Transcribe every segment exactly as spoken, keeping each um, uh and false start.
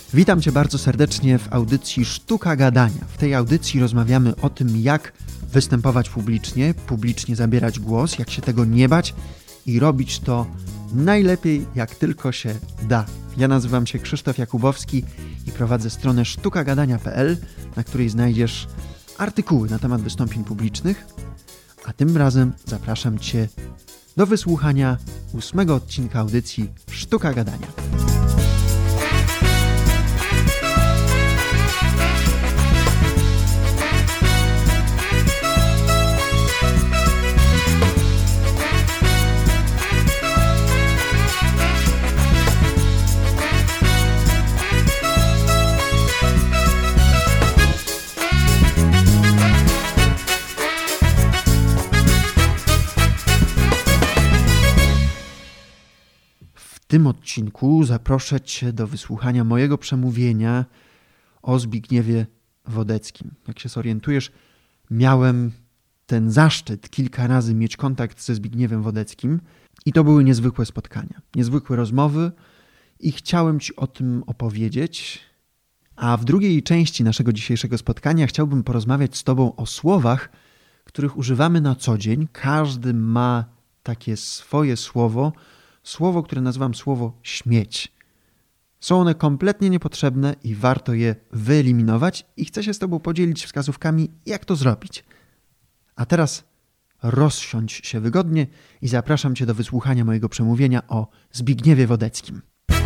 Witam Cię bardzo serdecznie w audycji Sztuka Gadania. W tej audycji rozmawiamy o tym, jak występować publicznie, publicznie zabierać głos, jak się tego nie bać i robić to najlepiej, jak tylko się da. Ja nazywam się Krzysztof Jakubowski i prowadzę stronę sztuka gadania kropka p l, na której znajdziesz artykuły na temat wystąpień publicznych, a tym razem zapraszam Cię do wysłuchania ósmego odcinka audycji Sztuka Gadania. W tym odcinku zaproszę Cię do wysłuchania mojego przemówienia o Zbigniewie Wodeckim. Jak się zorientujesz, miałem ten zaszczyt kilka razy mieć kontakt ze Zbigniewem Wodeckim i to były niezwykłe spotkania, niezwykłe rozmowy i chciałem Ci o tym opowiedzieć. A w drugiej części naszego dzisiejszego spotkania chciałbym porozmawiać z Tobą o słowach, których używamy na co dzień. Każdy ma takie swoje słowo, Słowo, które nazywam słowo śmieć. Są one kompletnie niepotrzebne i warto je wyeliminować i chcę się z Tobą podzielić wskazówkami, jak to zrobić. A teraz rozsiądź się wygodnie i zapraszam Cię do wysłuchania mojego przemówienia o Zbigniewie Wodeckim.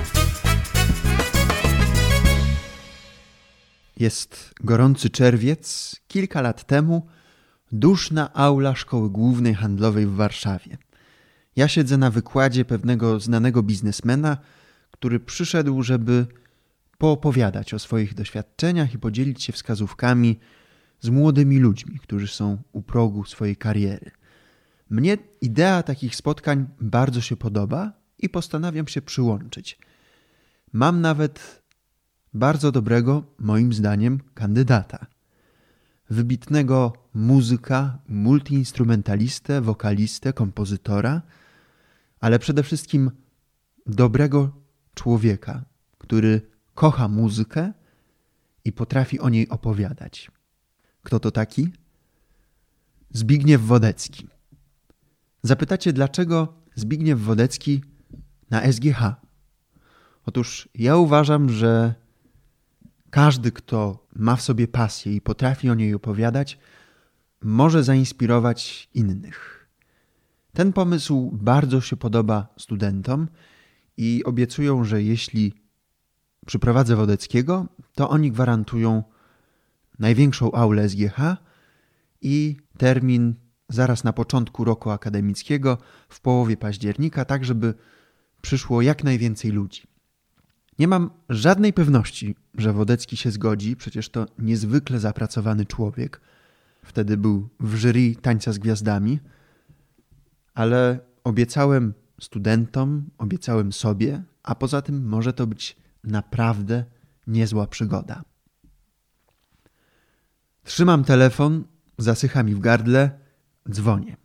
Jest gorący czerwiec. Kilka lat temu duszna aula Szkoły Głównej Handlowej w Warszawie. Ja siedzę na wykładzie pewnego znanego biznesmena, który przyszedł, żeby poopowiadać o swoich doświadczeniach i podzielić się wskazówkami z młodymi ludźmi, którzy są u progu swojej kariery. Mnie idea takich spotkań bardzo się podoba i postanawiam się przyłączyć. Mam nawet bardzo dobrego, moim zdaniem, kandydata. Wybitnego muzyka, multiinstrumentalistę, wokalistę, kompozytora, ale przede wszystkim dobrego człowieka, który kocha muzykę i potrafi o niej opowiadać. Kto to taki? Zbigniew Wodecki. Zapytacie, dlaczego Zbigniew Wodecki na S G H? Otóż ja uważam, że każdy, kto ma w sobie pasję i potrafi o niej opowiadać, może zainspirować innych. Ten pomysł bardzo się podoba studentom i obiecują, że jeśli przyprowadzę Wodeckiego, to oni gwarantują największą aulę S G H i termin zaraz na początku roku akademickiego, w połowie października, tak żeby przyszło jak najwięcej ludzi. Nie mam żadnej pewności, że Wodecki się zgodzi, przecież to niezwykle zapracowany człowiek. Wtedy był w jury Tańca z Gwiazdami, ale obiecałem studentom, obiecałem sobie, a poza tym może to być naprawdę niezła przygoda. Trzymam telefon, zasycha mi w gardle, dzwonię.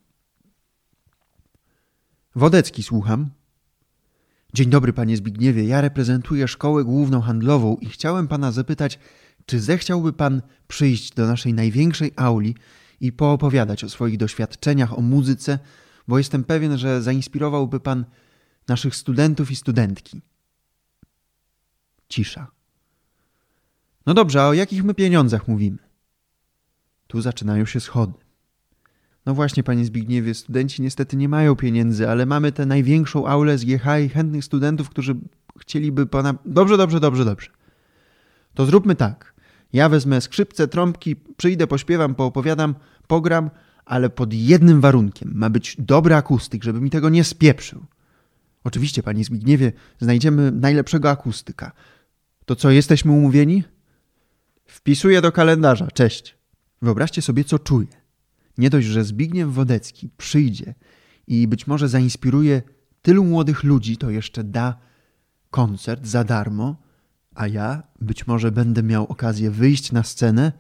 Wodecki, słucham. Dzień dobry, panie Zbigniewie, ja reprezentuję Szkołę Główną Handlową i chciałem pana zapytać, czy zechciałby pan przyjść do naszej największej auli i poopowiadać o swoich doświadczeniach, o muzyce, bo jestem pewien, że zainspirowałby pan naszych studentów i studentki. Cisza. No dobrze, a o jakich my pieniądzach mówimy? Tu zaczynają się schody. No właśnie, panie Zbigniewie, studenci niestety nie mają pieniędzy, ale mamy tę największą aulę S G H i chętnych studentów, którzy chcieliby pana... Dobrze, dobrze, dobrze, dobrze. To zróbmy tak. Ja wezmę skrzypce, trąbki, przyjdę, pośpiewam, poopowiadam, pogram, ale pod jednym warunkiem. Ma być dobry akustyk, żeby mi tego nie spieprzył. Oczywiście, panie Zbigniewie, znajdziemy najlepszego akustyka. To co, jesteśmy umówieni? Wpisuję do kalendarza. Cześć. Wyobraźcie sobie, co czuję. Nie dość, że Zbigniew Wodecki przyjdzie i być może zainspiruje tylu młodych ludzi, to jeszcze da koncert za darmo, a ja być może będę miał okazję wyjść na scenę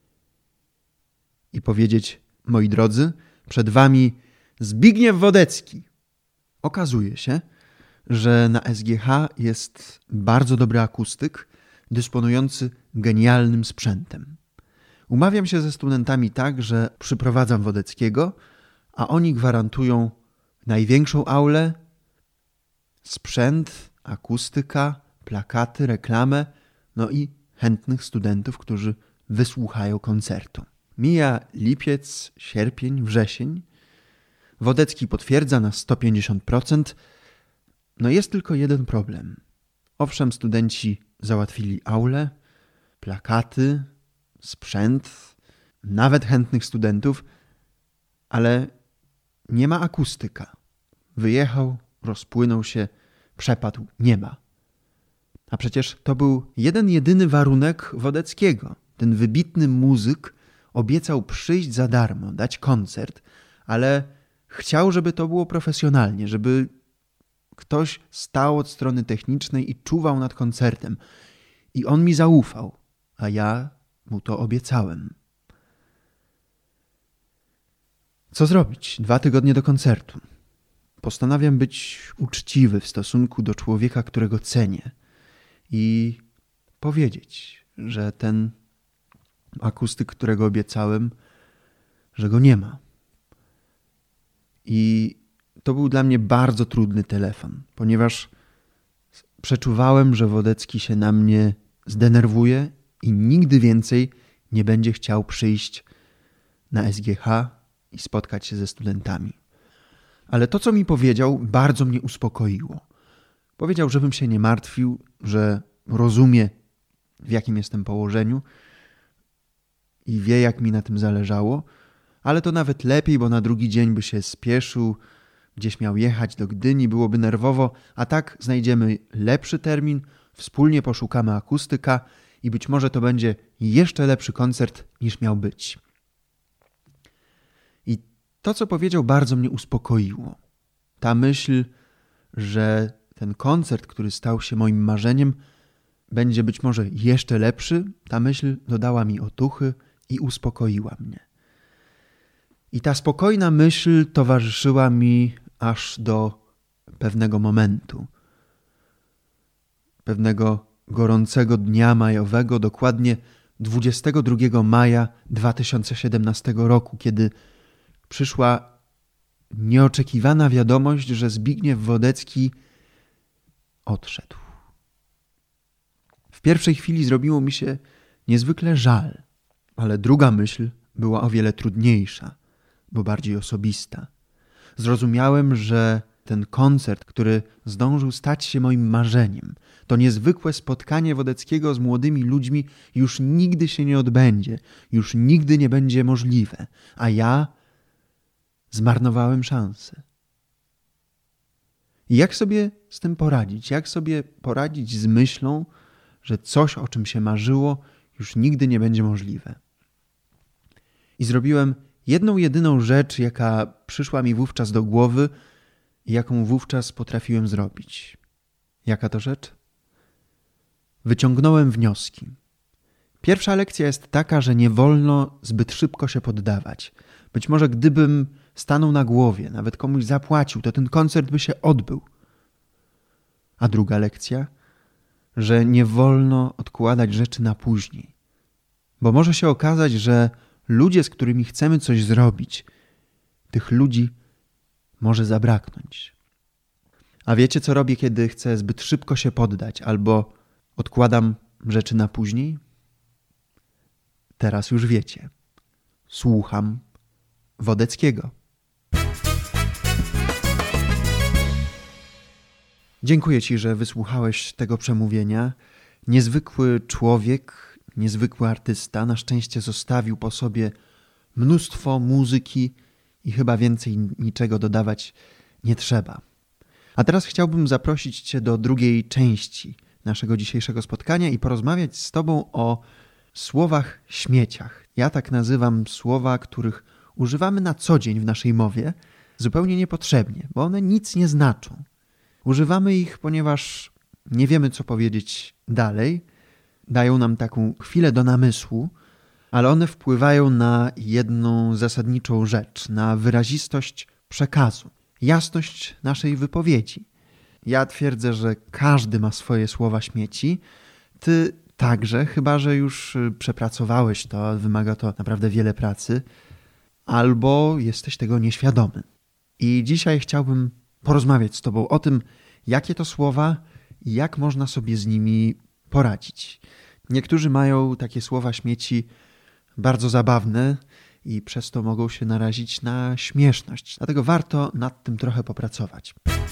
i powiedzieć: moi drodzy, przed wami Zbigniew Wodecki. Okazuje się, że na S G H jest bardzo dobry akustyk, dysponujący genialnym sprzętem. Umawiam się ze studentami tak, że przyprowadzam Wodeckiego, a oni gwarantują największą aulę, sprzęt, akustyka, plakaty, reklamę, no i chętnych studentów, którzy wysłuchają koncertu. Mija lipiec, sierpień, wrzesień. Wodecki potwierdza na sto pięćdziesiąt procent. No jest tylko jeden problem. Owszem, studenci załatwili aulę, plakaty, sprzęt, nawet chętnych studentów, ale nie ma akustyka. Wyjechał, rozpłynął się, przepadł, nie ma. A przecież to był jeden jedyny warunek Wodeckiego. Ten wybitny muzyk obiecał przyjść za darmo, dać koncert, ale chciał, żeby to było profesjonalnie, żeby ktoś stał od strony technicznej i czuwał nad koncertem. I on mi zaufał, a ja mu to obiecałem. Co zrobić? Dwa tygodnie do koncertu. Postanawiam być uczciwy w stosunku do człowieka, którego cenię i powiedzieć, że ten akustyk, którego obiecałem, że go nie ma. I to był dla mnie bardzo trudny telefon, ponieważ przeczuwałem, że Wodecki się na mnie zdenerwuje i nigdy więcej nie będzie chciał przyjść na S G H i spotkać się ze studentami. Ale to, co mi powiedział, bardzo mnie uspokoiło. Powiedział, żebym się nie martwił, że rozumie, w jakim jestem położeniu i wie, jak mi na tym zależało, ale to nawet lepiej, bo na drugi dzień by się spieszył, gdzieś miał jechać do Gdyni, byłoby nerwowo, a tak znajdziemy lepszy termin, wspólnie poszukamy akustyka i być może to będzie jeszcze lepszy koncert, niż miał być. I to, co powiedział, bardzo mnie uspokoiło. Ta myśl, że ten koncert, który stał się moim marzeniem, będzie być może jeszcze lepszy, ta myśl dodała mi otuchy i uspokoiła mnie. I ta spokojna myśl towarzyszyła mi aż do pewnego momentu. Pewnego gorącego dnia majowego, dokładnie dwudziestego drugiego maja dwa tysiące siedemnastego roku, kiedy przyszła nieoczekiwana wiadomość, że Zbigniew Wodecki odszedł. W pierwszej chwili zrobiło mi się niezwykle żal, ale druga myśl była o wiele trudniejsza, bo bardziej osobista. Zrozumiałem, że ten koncert, który zdążył stać się moim marzeniem, to niezwykłe spotkanie Wodeckiego z młodymi ludźmi już nigdy się nie odbędzie, już nigdy nie będzie możliwe, a ja zmarnowałem szansę. I jak sobie z tym poradzić? Jak sobie poradzić z myślą, że coś, o czym się marzyło, już nigdy nie będzie możliwe? I zrobiłem jedną jedyną rzecz, jaka przyszła mi wówczas do głowy i jaką wówczas potrafiłem zrobić. Jaka to rzecz? Wyciągnąłem wnioski. Pierwsza lekcja jest taka, że nie wolno zbyt szybko się poddawać. Być może gdybym stanął na głowie, nawet komuś zapłacił, to ten koncert by się odbył. A druga lekcja, że nie wolno odkładać rzeczy na później. Bo może się okazać, że ludzie, z którymi chcemy coś zrobić, tych ludzi może zabraknąć. A wiecie, co robię, kiedy chcę zbyt szybko się poddać albo odkładam rzeczy na później? Teraz już wiecie. Słucham Wodeckiego. Dziękuję Ci, że wysłuchałeś tego przemówienia. Niezwykły człowiek, niezwykły artysta, na szczęście zostawił po sobie mnóstwo muzyki i chyba więcej niczego dodawać nie trzeba. A teraz chciałbym zaprosić Cię do drugiej części naszego dzisiejszego spotkania i porozmawiać z Tobą o słowach śmieciach. Ja tak nazywam słowa, których używamy na co dzień w naszej mowie, zupełnie niepotrzebnie, bo one nic nie znaczą. Używamy ich, ponieważ nie wiemy, co powiedzieć dalej, dają nam taką chwilę do namysłu, ale one wpływają na jedną zasadniczą rzecz, na wyrazistość przekazu, jasność naszej wypowiedzi. Ja twierdzę, że każdy ma swoje słowa śmieci. Ty także, chyba że już przepracowałeś to, wymaga to naprawdę wiele pracy, albo jesteś tego nieświadomy. I dzisiaj chciałbym porozmawiać z Tobą o tym, jakie to słowa i jak można sobie z nimi poradzić. Niektórzy mają takie słowa śmieci bardzo zabawne i przez to mogą się narazić na śmieszność. Dlatego warto nad tym trochę popracować.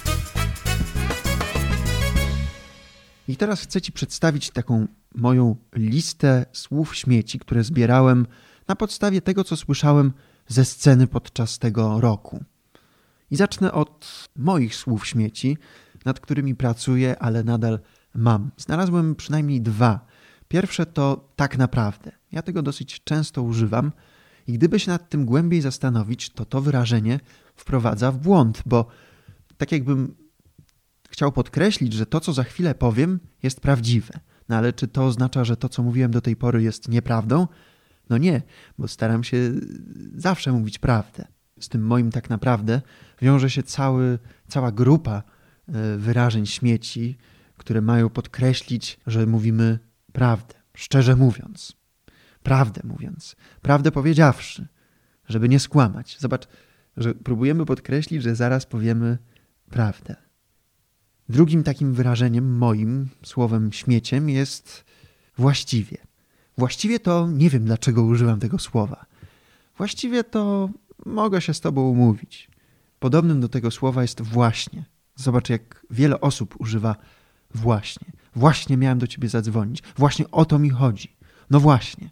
I teraz chcę Ci przedstawić taką moją listę słów śmieci, które zbierałem na podstawie tego, co słyszałem ze sceny podczas tego roku. I zacznę od moich słów śmieci, nad którymi pracuję, ale nadal mam. Znalazłem przynajmniej dwa. Pierwsze to tak naprawdę. Ja tego dosyć często używam i gdyby się nad tym głębiej zastanowić, to to wyrażenie wprowadza w błąd, bo tak jakbym chciał podkreślić, że to, co za chwilę powiem, jest prawdziwe. No ale czy to oznacza, że to, co mówiłem do tej pory, jest nieprawdą? No nie, bo staram się zawsze mówić prawdę. Z tym moim tak naprawdę wiąże się cały, cała grupa wyrażeń śmieci, które mają podkreślić, że mówimy prawdę, szczerze mówiąc, prawdę mówiąc, prawdę powiedziawszy, żeby nie skłamać. Zobacz, że próbujemy podkreślić, że zaraz powiemy prawdę. Drugim takim wyrażeniem moim, słowem śmieciem jest właściwie. Właściwie to nie wiem, dlaczego używam tego słowa. Właściwie to mogę się z Tobą umówić. Podobnym do tego słowa jest właśnie. Zobacz, jak wiele osób używa właśnie. Właśnie miałem do Ciebie zadzwonić. Właśnie o to mi chodzi. No właśnie.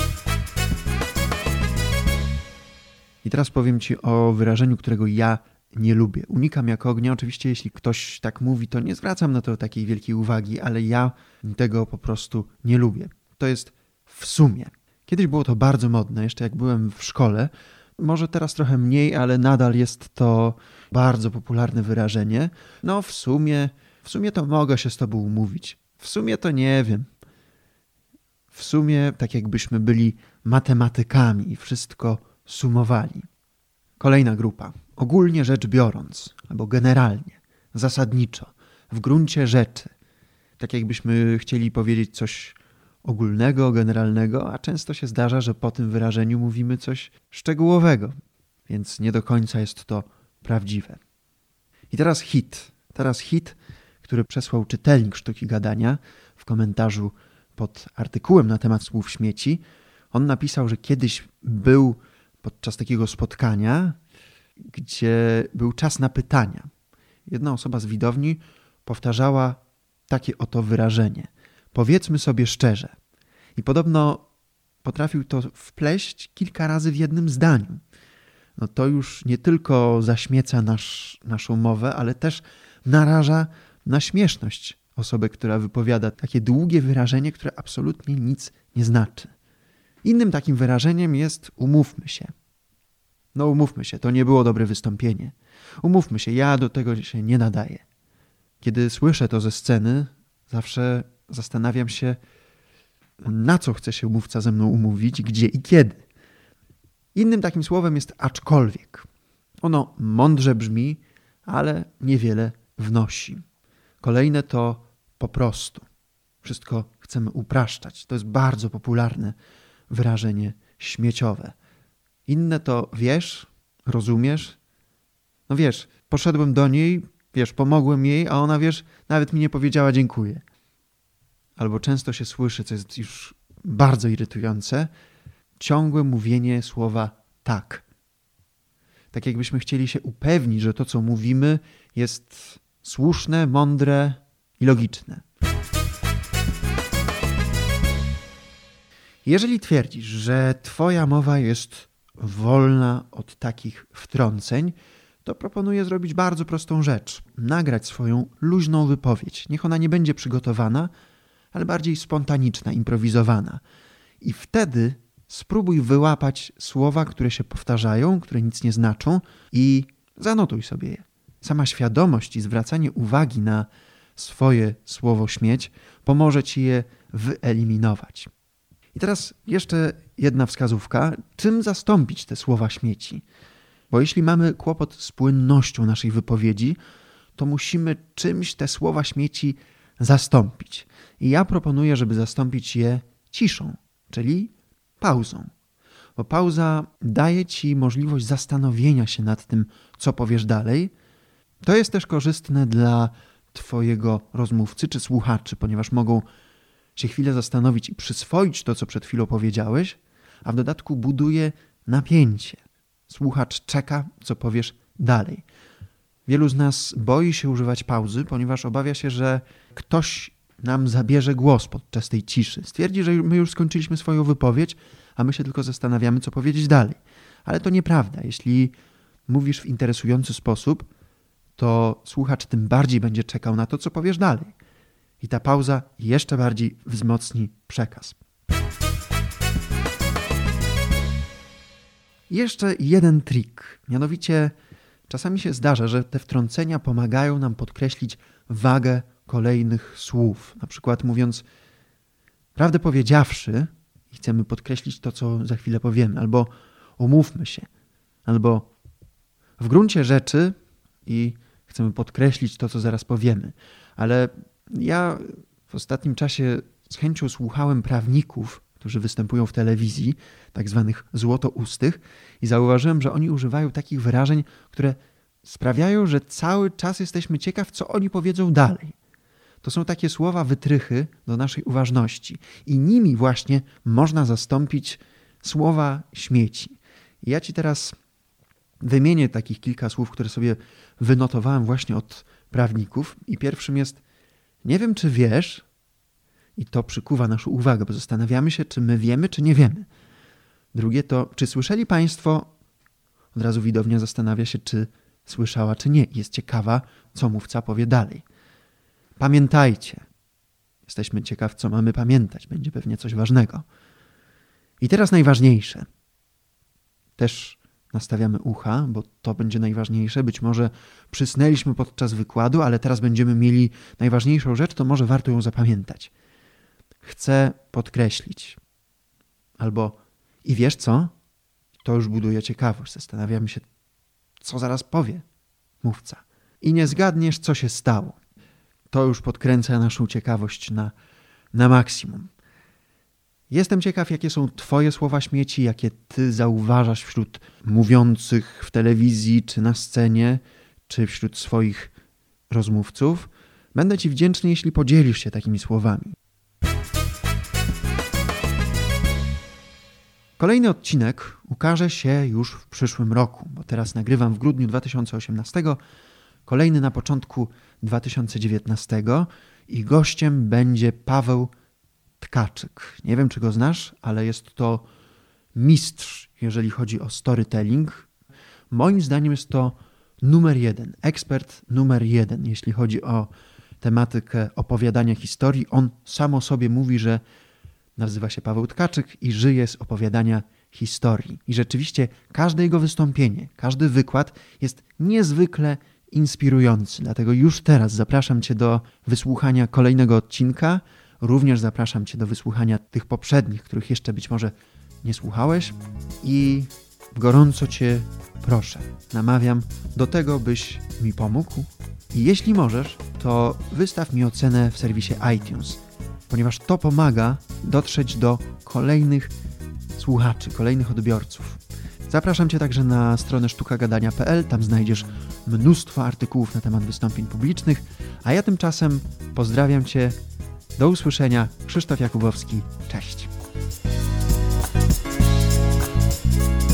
I teraz powiem Ci o wyrażeniu, którego ja nie lubię. Unikam jak ognia. Oczywiście jeśli ktoś tak mówi, to nie zwracam na to takiej wielkiej uwagi, ale ja tego po prostu nie lubię. To jest w sumie. Kiedyś było to bardzo modne, jeszcze jak byłem w szkole. Może teraz trochę mniej, ale nadal jest to bardzo popularne wyrażenie. No w sumie, w sumie to mogę się z Tobą umówić. W sumie to nie wiem. W sumie tak jakbyśmy byli matematykami i wszystko sumowali. Kolejna grupa. Ogólnie rzecz biorąc, albo generalnie, zasadniczo, w gruncie rzeczy. Tak jakbyśmy chcieli powiedzieć coś ogólnego, generalnego, a często się zdarza, że po tym wyrażeniu mówimy coś szczegółowego, więc nie do końca jest to prawdziwe. I teraz hit. Teraz hit, który przesłał czytelnik Sztuki Gadania w komentarzu pod artykułem na temat słów śmieci. On napisał, że kiedyś był podczas takiego spotkania, gdzie był czas na pytania. Jedna osoba z widowni powtarzała takie oto wyrażenie. Powiedzmy sobie szczerze. I podobno potrafił to wpleść kilka razy w jednym zdaniu. No to już nie tylko zaśmieca nasz, naszą mowę, ale też naraża na śmieszność osobę, która wypowiada takie długie wyrażenie, które absolutnie nic nie znaczy. Innym takim wyrażeniem jest umówmy się. No umówmy się, to nie było dobre wystąpienie. Umówmy się, ja do tego się nie nadaję. Kiedy słyszę to ze sceny, zawsze zastanawiam się, na co chce się mówca ze mną umówić, gdzie i kiedy. Innym takim słowem jest aczkolwiek. Ono mądrze brzmi, ale niewiele wnosi. Kolejne to po prostu. Wszystko chcemy upraszczać. To jest bardzo popularne wyrażenie śmieciowe. Inne to wiesz, rozumiesz? No wiesz, poszedłem do niej, wiesz, pomogłem jej, a ona, wiesz, nawet mi nie powiedziała dziękuję. Albo często się słyszy, co jest już bardzo irytujące, ciągłe mówienie słowa tak. Tak jakbyśmy chcieli się upewnić, że to, co mówimy, jest słuszne, mądre i logiczne. Jeżeli twierdzisz, że Twoja mowa jest wolna od takich wtrąceń, to proponuję zrobić bardzo prostą rzecz. Nagrać swoją luźną wypowiedź. Niech ona nie będzie przygotowana, ale bardziej spontaniczna, improwizowana. I wtedy spróbuj wyłapać słowa, które się powtarzają, które nic nie znaczą i zanotuj sobie je. Sama świadomość i zwracanie uwagi na swoje słowo śmieć pomoże Ci je wyeliminować. I teraz jeszcze jedna wskazówka, czym zastąpić te słowa śmieci. Bo jeśli mamy kłopot z płynnością naszej wypowiedzi, to musimy czymś te słowa śmieci zastąpić. I ja proponuję, żeby zastąpić je ciszą, czyli pauzą. Bo pauza daje ci możliwość zastanowienia się nad tym, co powiesz dalej. To jest też korzystne dla twojego rozmówcy czy słuchaczy, ponieważ mogą się chwilę zastanowić i przyswoić to, co przed chwilą powiedziałeś, a w dodatku buduje napięcie. Słuchacz czeka, co powiesz dalej. Wielu z nas boi się używać pauzy, ponieważ obawia się, że ktoś nam zabierze głos podczas tej ciszy. Stwierdzi, że my już skończyliśmy swoją wypowiedź, a my się tylko zastanawiamy, co powiedzieć dalej. Ale to nieprawda. Jeśli mówisz w interesujący sposób, to słuchacz tym bardziej będzie czekał na to, co powiesz dalej. I ta pauza jeszcze bardziej wzmocni przekaz. Jeszcze jeden trik. Mianowicie czasami się zdarza, że te wtrącenia pomagają nam podkreślić wagę kolejnych słów. Na przykład mówiąc prawdę powiedziawszy i chcemy podkreślić to, co za chwilę powiemy, albo umówmy się, albo w gruncie rzeczy i chcemy podkreślić to, co zaraz powiemy. Ale ja w ostatnim czasie z chęcią słuchałem prawników, którzy występują w telewizji, tak zwanych złotoustych, i zauważyłem, że oni używają takich wyrażeń, które sprawiają, że cały czas jesteśmy ciekaw, co oni powiedzą dalej. To są takie słowa wytrychy do naszej uważności i nimi właśnie można zastąpić słowa śmieci. I ja ci teraz wymienię takich kilka słów, które sobie wynotowałem właśnie od prawników i pierwszym jest: nie wiem, czy wiesz, i to przykuwa naszą uwagę, bo zastanawiamy się, czy my wiemy, czy nie wiemy. Drugie to: czy słyszeli państwo? Od razu widownia zastanawia się, czy słyszała, czy nie. Jest ciekawa, co mówca powie dalej. Pamiętajcie. Jesteśmy ciekawi, co mamy pamiętać. Będzie pewnie coś ważnego. I teraz najważniejsze. Też nastawiamy ucha, bo to będzie najważniejsze. Być może przysnęliśmy podczas wykładu, ale teraz będziemy mieli najważniejszą rzecz, to może warto ją zapamiętać. Chcę podkreślić. Albo i wiesz co? To już buduje ciekawość. Zastanawiamy się, co zaraz powie mówca. I nie zgadniesz, co się stało. To już podkręca naszą ciekawość na, na maksimum. Jestem ciekaw, jakie są twoje słowa śmieci, jakie ty zauważasz wśród mówiących w telewizji, czy na scenie, czy wśród swoich rozmówców. Będę ci wdzięczny, jeśli podzielisz się takimi słowami. Kolejny odcinek ukaże się już w przyszłym roku, bo teraz nagrywam w grudniu dwa tysiące osiemnastego, kolejny na początku dwa tysiące dziewiętnastego i gościem będzie Paweł Tkaczyk. Nie wiem, czy go znasz, ale jest to mistrz, jeżeli chodzi o storytelling. Moim zdaniem jest to numer jeden, ekspert numer jeden, jeśli chodzi o tematykę opowiadania historii. On sam o sobie mówi, że nazywa się Paweł Tkaczyk i żyje z opowiadania historii. I rzeczywiście każde jego wystąpienie, każdy wykład jest niezwykle inspirujący. Dlatego już teraz zapraszam cię do wysłuchania kolejnego odcinka. Również zapraszam cię do wysłuchania tych poprzednich, których jeszcze być może nie słuchałeś. I gorąco cię proszę, namawiam do tego, byś mi pomógł. I jeśli możesz, to wystaw mi ocenę w serwisie iTunes, ponieważ to pomaga dotrzeć do kolejnych słuchaczy, kolejnych odbiorców. Zapraszam cię także na stronę sztuka gadania kropka p l, tam znajdziesz mnóstwo artykułów na temat wystąpień publicznych, a ja tymczasem pozdrawiam cię. Do usłyszenia. Krzysztof Jakubowski. Cześć.